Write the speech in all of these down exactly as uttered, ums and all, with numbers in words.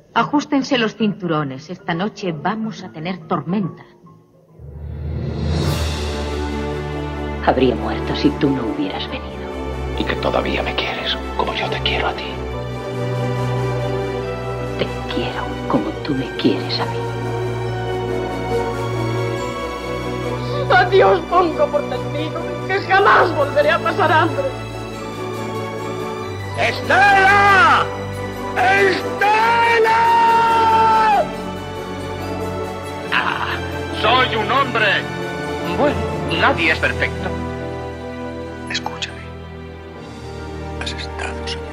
Ajustense los cinturones. Esta noche vamos a tener tormenta. Habría muerto si tú no hubieras venido. Y que todavía me quieres, como yo te quiero a ti. Te quiero como tú me quieres a mí. A Dios pongo por testigo que jamás volveré a pasar hambre. ¡Estela! ¡Estela! ¡Ah! ¡Soy un hombre! Bueno, nadie es perfecto. Escúchame. Has estado soñando.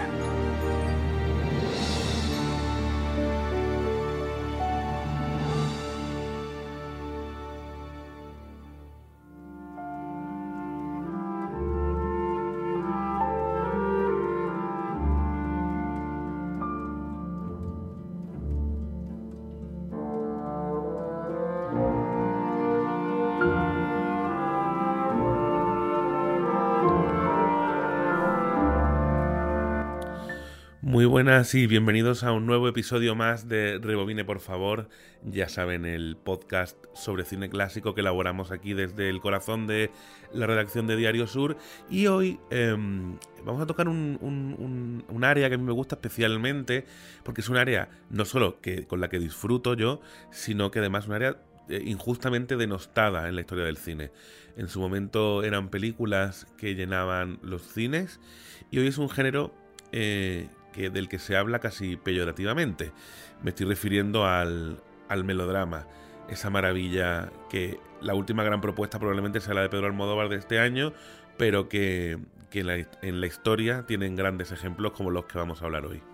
Muy buenas y bienvenidos a un nuevo episodio más de Rebobine, por favor. Ya saben, el podcast sobre cine clásico que elaboramos aquí desde el corazón de la redacción de Diario Sur. Y hoy eh, vamos a tocar un, un, un, un área que a mí me gusta especialmente, porque es un área no solo que, con la que disfruto yo, sino que además es un área eh, injustamente denostada en la historia del cine. En su momento eran películas que llenaban los cines y hoy es un género Eh, que, del que se habla casi peyorativamente. Me estoy refiriendo al, al melodrama, esa maravilla que la última gran propuesta probablemente sea la de Pedro Almodóvar de este año, pero que, que en, la, en la historia tienen grandes ejemplos como los que vamos a hablar hoy.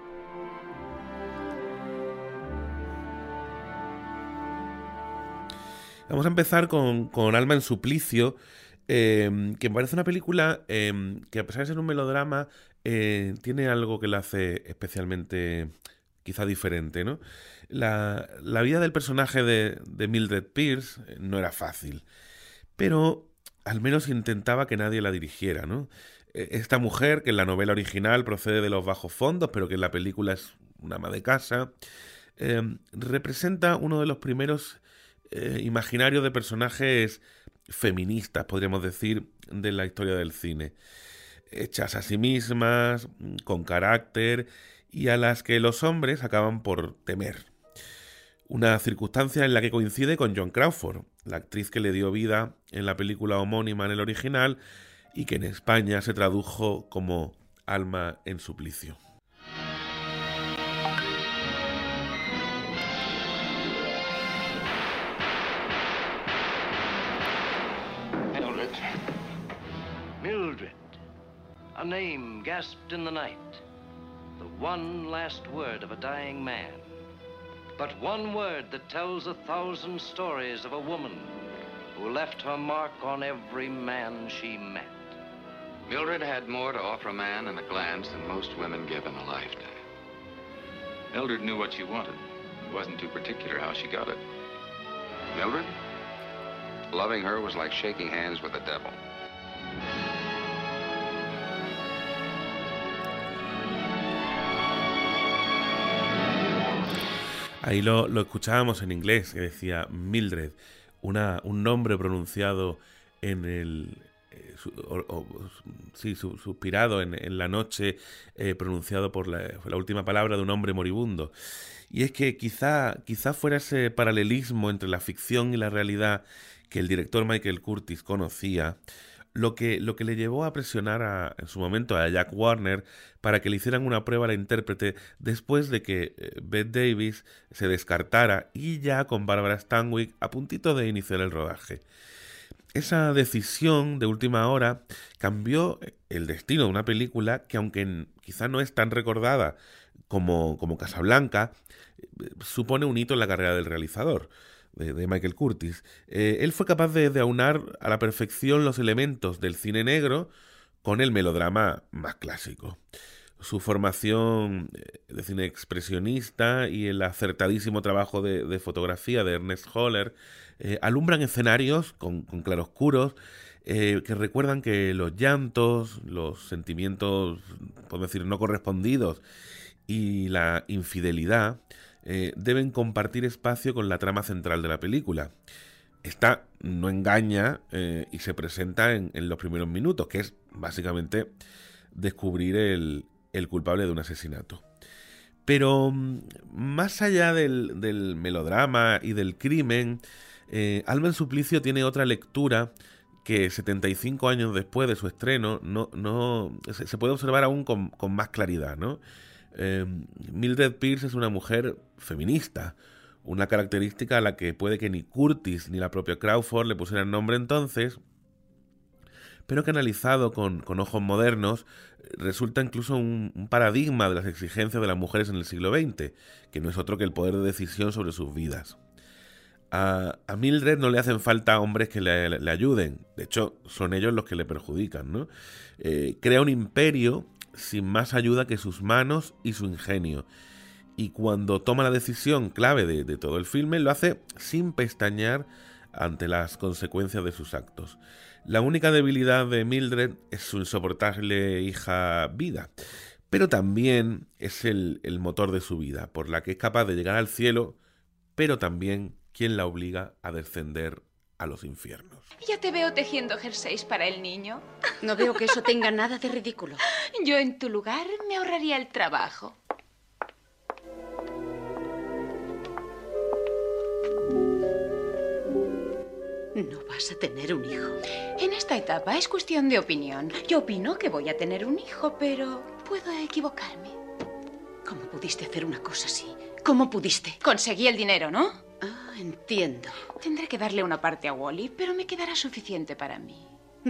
Vamos a empezar con, con Alma en Suplicio, eh, que me parece una película eh, que, a pesar de ser un melodrama, eh, tiene algo que la hace especialmente quizá diferente, ¿no? La, la vida del personaje de, de Mildred Pierce no era fácil, pero al menos intentaba que nadie la dirigiera, ¿no? Esta mujer, que en la novela original procede de los bajos fondos, pero que en la película es una ama de casa, eh, representa uno de los primeros eh, imaginarios de personajes feministas, podríamos decir, de la historia del cine. Hechas a sí mismas, con carácter, y a las que los hombres acaban por temer. Una circunstancia en la que coincide con Joan Crawford, la actriz que le dio vida en la película homónima en el original y que en España se tradujo como Alma en Suplicio. Mildred, a name gasped in the night, the one last word of a dying man, but one word that tells a thousand stories of a woman who left her mark on every man she met. Mildred had more to offer a man in a glance than most women give in a lifetime. Mildred knew what she wanted. It wasn't too particular how she got it. Mildred? Loving her was like shaking hands with the devil. Ahí lo, lo escuchábamos en inglés, que decía Mildred, una, un nombre pronunciado en el... Eh, su, o, o, sí, su, suspirado en, en la noche, eh, pronunciado por la, la última palabra de un hombre moribundo. Y es que quizá, quizá fuera ese paralelismo entre la ficción y la realidad que el director Michael Curtiz conocía, lo que, lo que le llevó a presionar a, en su momento a Jack Warner para que le hicieran una prueba a la intérprete después de que eh, Bette Davis se descartara y ya con Barbara Stanwyck a puntito de iniciar el rodaje. Esa decisión de última hora cambió el destino de una película que, aunque quizá no es tan recordada como, como Casablanca, supone un hito en la carrera del realizador, de, de Michael Curtiz. Eh, él fue capaz de, de aunar a la perfección los elementos del cine negro con el melodrama más clásico. Su formación de cine expresionista y el acertadísimo trabajo de, de fotografía de Ernest Holler eh, alumbran escenarios con, con claroscuros eh, que recuerdan que los llantos, los sentimientos, podemos decir, no correspondidos y la infidelidad eh, deben compartir espacio con la trama central de la película. Esta no engaña eh, y se presenta en, en los primeros minutos, que es básicamente descubrir el, el culpable de un asesinato. Pero más allá del, del melodrama y del crimen, eh, Alma en Suplicio tiene otra lectura que setenta y cinco años después de su estreno no, no, se, se puede observar aún con, con más claridad, ¿no? Eh, Mildred Pierce es una mujer feminista, una característica a la que puede que ni Curtis ni la propia Crawford le pusieran nombre entonces, pero que analizado con, con ojos modernos resulta incluso un, un paradigma de las exigencias de las mujeres en el siglo veinte, que no es otro que el poder de decisión sobre sus vidas. A, a Mildred no le hacen falta hombres que le, le, le ayuden, de hecho son ellos los que le perjudican, ¿no? Eh, crea un imperio sin más ayuda que sus manos y su ingenio, y cuando toma la decisión clave de, de todo el filme lo hace sin pestañear ante las consecuencias de sus actos. La única debilidad de Mildred es su insoportable hija Vida, pero también es el, el motor de su vida, por la que es capaz de llegar al cielo, pero también quien la obliga a descender a los infiernos. Ya te veo tejiendo jerseys para el niño. No veo que eso tenga nada de ridículo. Yo en tu lugar me ahorraría el trabajo. No vas a tener un hijo. En esta etapa es cuestión de opinión. Yo opino que voy a tener un hijo, pero puedo equivocarme. ¿Cómo pudiste hacer una cosa así? ¿Cómo pudiste? Conseguí el dinero, ¿no? Ah, entiendo. Tendré que darle una parte a Wally, pero me quedará suficiente para mí.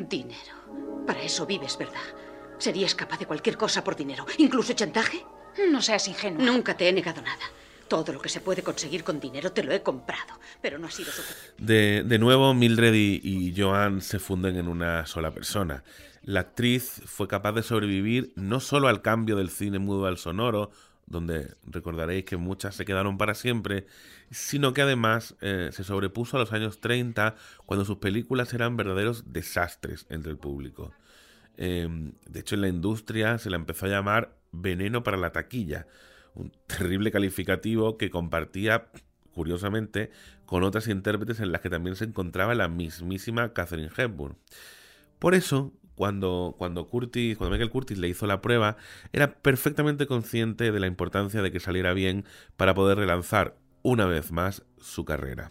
Dinero. Para eso vives, ¿verdad? ¿Serías capaz de cualquier cosa por dinero? ¿Incluso chantaje? No seas ingenuo. Nunca te he negado nada. Todo lo que se puede conseguir con dinero te lo he comprado, pero no ha sido suficiente. De, de nuevo, Mildred y, y Joan se funden en una sola persona. La actriz fue capaz de sobrevivir no solo al cambio del cine mudo al sonoro, donde recordaréis que muchas se quedaron para siempre, sino que además eh, se sobrepuso a los años treinta, cuando sus películas eran verdaderos desastres entre el público. Eh, de hecho, en la industria se la empezó a llamar veneno para la taquilla, un terrible calificativo que compartía, curiosamente, con otras intérpretes en las que también se encontraba la mismísima Katharine Hepburn. Por eso, cuando, cuando, Curtis, cuando Michael Curtis le hizo la prueba, era perfectamente consciente de la importancia de que saliera bien para poder relanzar una vez más su carrera.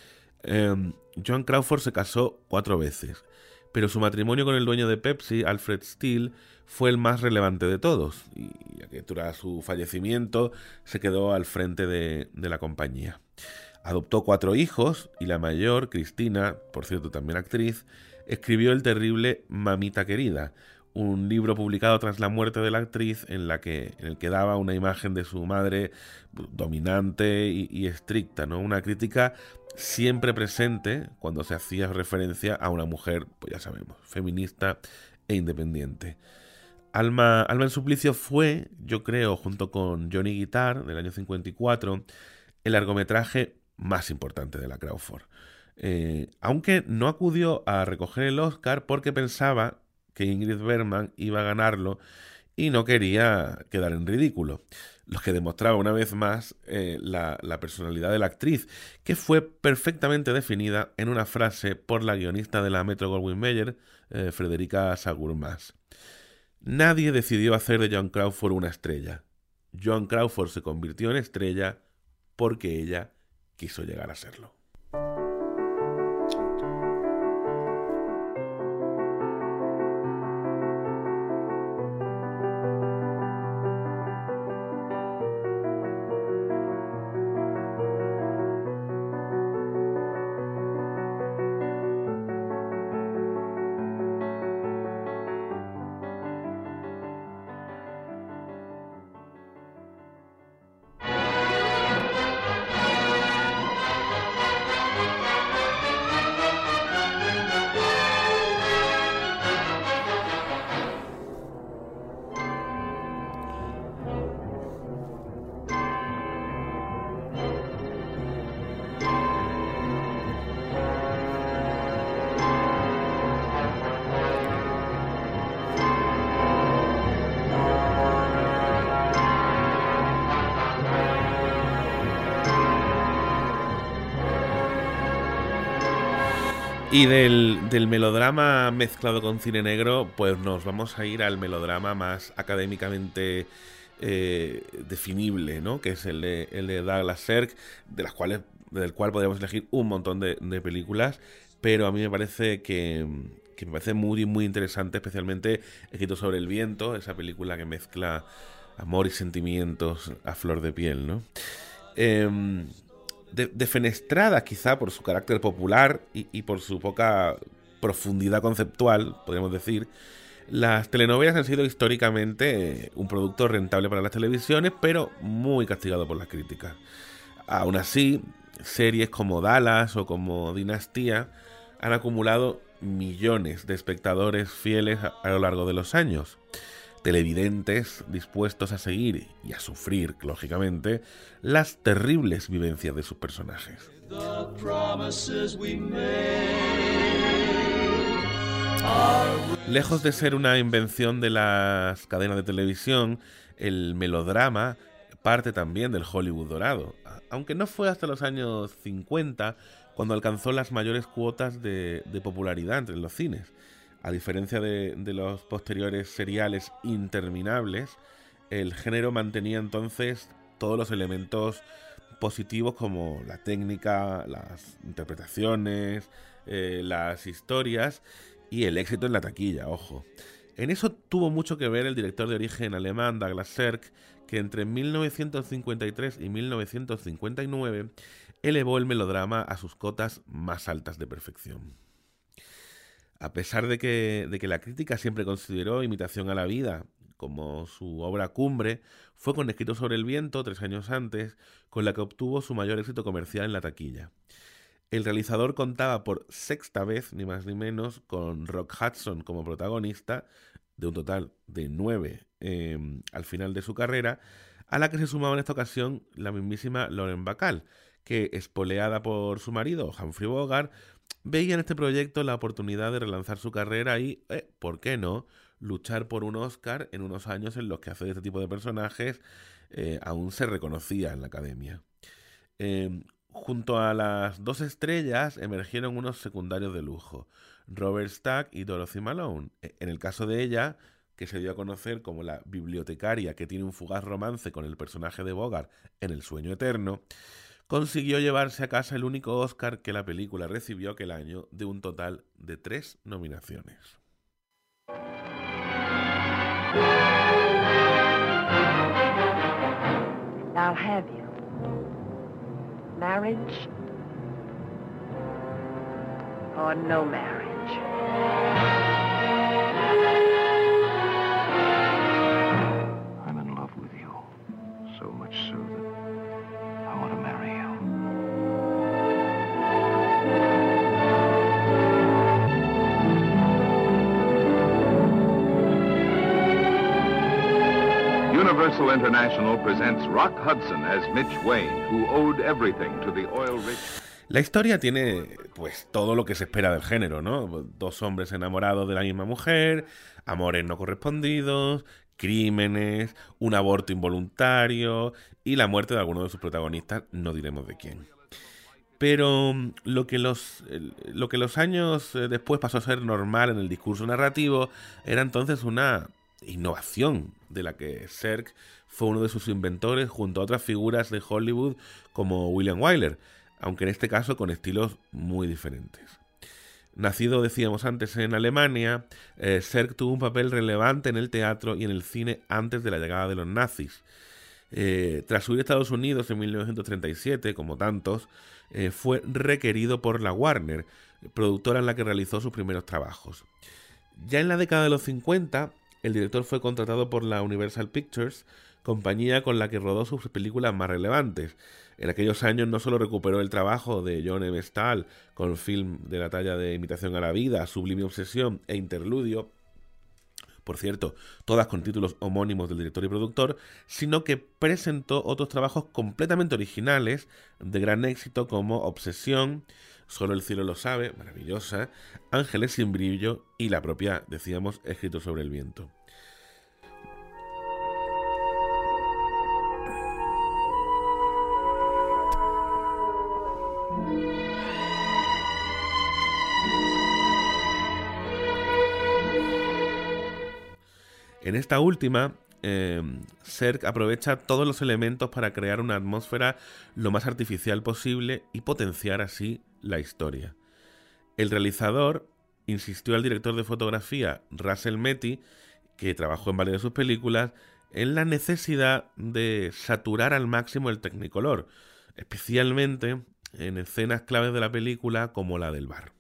Eh, Joan Crawford se casó cuatro veces, pero su matrimonio con el dueño de Pepsi, Alfred Steele, fue el más relevante de todos, y tras su fallecimiento se quedó al frente de, de la compañía. Adoptó cuatro hijos y la mayor, Cristina, por cierto también actriz, escribió el terrible Mamita Querida, un libro publicado tras la muerte de la actriz en, la que, en el que daba una imagen de su madre dominante y, y estricta, ¿no? Una crítica siempre presente cuando se hacía referencia a una mujer, pues ya sabemos, feminista e independiente. Alma, Alma en Suplicio fue, yo creo, junto con Johnny Guitar, del año cincuenta y cuatro, el largometraje más importante de la Crawford. Eh, aunque no acudió a recoger el Oscar porque pensaba que Ingrid Bergman iba a ganarlo y no quería quedar en ridículo, lo que demostraba una vez más eh, la, la personalidad de la actriz, que fue perfectamente definida en una frase por la guionista de la Metro-Goldwyn-Mayer, eh, Frederica Sagurmas. Nadie decidió hacer de Joan Crawford una estrella. Joan Crawford se convirtió en estrella porque ella quiso llegar a serlo. Y del, del melodrama mezclado con cine negro, pues nos vamos a ir al melodrama más académicamente eh, definible, ¿no? Que es el de, el de Douglas Sirk, de las cuales, del cual podríamos elegir un montón de, de películas, pero a mí me parece que, que me parece muy, muy interesante, especialmente Escrito sobre el viento, esa película que mezcla amor y sentimientos a flor de piel, ¿no? Eh, De, defenestrada quizá por su carácter popular y, y por su poca profundidad conceptual, podríamos decir, las telenovelas han sido históricamente un producto rentable para las televisiones, pero muy castigado por las críticas. Aún así, series como Dallas o como Dinastía han acumulado millones de espectadores fieles a, a lo largo de los años. Televidentes dispuestos a seguir y a sufrir, lógicamente, las terribles vivencias de sus personajes. Lejos de ser una invención de las cadenas de televisión, el melodrama parte también del Hollywood dorado, aunque no fue hasta los años cincuenta cuando alcanzó las mayores cuotas de, de popularidad entre los cines. A diferencia de, de los posteriores seriales interminables, el género mantenía entonces todos los elementos positivos como la técnica, las interpretaciones, eh, las historias y el éxito en la taquilla, ojo. En eso tuvo mucho que ver el director de origen alemán Douglas Sirk, que entre mil novecientos cincuenta y tres y mil novecientos cincuenta y nueve elevó el melodrama a sus cotas más altas de perfección. A pesar de que, de que la crítica siempre consideró Imitación a la vida como su obra cumbre, fue con Escrito sobre el viento, tres años antes, con la que obtuvo su mayor éxito comercial en la taquilla. El realizador contaba por sexta vez, ni más ni menos, con Rock Hudson como protagonista, de un total de nueve eh, al final de su carrera, a la que se sumaba en esta ocasión la mismísima Lauren Bacall, que, espoleada por su marido, Humphrey Bogart, veía en este proyecto la oportunidad de relanzar su carrera y, eh, ¿por qué no?, luchar por un Oscar en unos años en los que hacer este tipo de personajes eh, aún se reconocía en la academia. Eh, junto a las dos estrellas emergieron unos secundarios de lujo, Robert Stack y Dorothy Malone. En el caso de ella, que se dio a conocer como la bibliotecaria que tiene un fugaz romance con el personaje de Bogart en El sueño eterno, consiguió llevarse a casa el único Oscar que la película recibió aquel año, de un total de tres nominaciones. I'll have you. Marriage or no marriage? I'm in love with you, so much so that I want to marry you. Universal International presents Rock Hudson as Mitch Wayne, who owed everything to the oil-rich. La historia tiene, pues, todo lo que se espera del género, ¿no? Dos hombres enamorados de la misma mujer, amores no correspondidos, crímenes, un aborto involuntario y la muerte de alguno de sus protagonistas, no diremos de quién. Pero lo que los, lo que los años después pasó a ser normal en el discurso narrativo era entonces una innovación de la que Sirk fue uno de sus inventores junto a otras figuras de Hollywood como William Wyler, aunque en este caso con estilos muy diferentes. Nacido, decíamos antes, en Alemania, eh, Sirk tuvo un papel relevante en el teatro y en el cine antes de la llegada de los nazis. Eh, tras huir a Estados Unidos en mil novecientos treinta y siete, como tantos, eh, fue requerido por la Warner, productora en la que realizó sus primeros trabajos. Ya en la década de los cincuenta, el director fue contratado por la Universal Pictures, compañía con la que rodó sus películas más relevantes. En aquellos años no solo recuperó el trabajo de John M. Stahl con film de la talla de Imitación a la vida, Sublime Obsesión e Interludio, por cierto, todas con títulos homónimos del director y productor, sino que presentó otros trabajos completamente originales de gran éxito como Obsesión, Solo el cielo lo sabe, maravillosa, Ángeles sin brillo y la propia, decíamos, Escrito sobre el viento. En esta última, eh, Sirk aprovecha todos los elementos para crear una atmósfera lo más artificial posible y potenciar así la historia. El realizador insistió al director de fotografía, Russell Metty, que trabajó en varias de sus películas, en la necesidad de saturar al máximo el Technicolor, especialmente en escenas claves de la película como la del bar.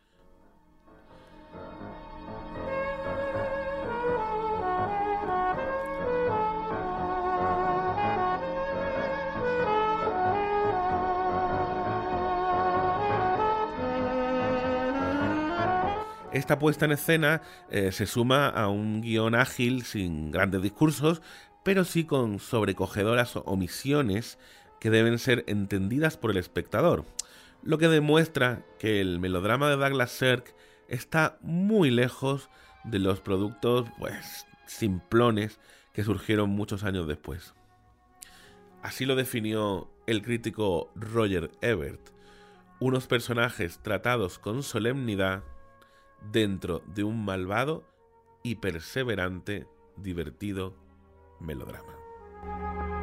Esta puesta en escena eh, se suma a un guión ágil sin grandes discursos, pero sí con sobrecogedoras omisiones que deben ser entendidas por el espectador, lo que demuestra que el melodrama de Douglas Sirk está muy lejos de los productos pues simplones que surgieron muchos años después. Así lo definió el crítico Roger Ebert: unos personajes tratados con solemnidad dentro de un malvado y perseverante, divertido melodrama.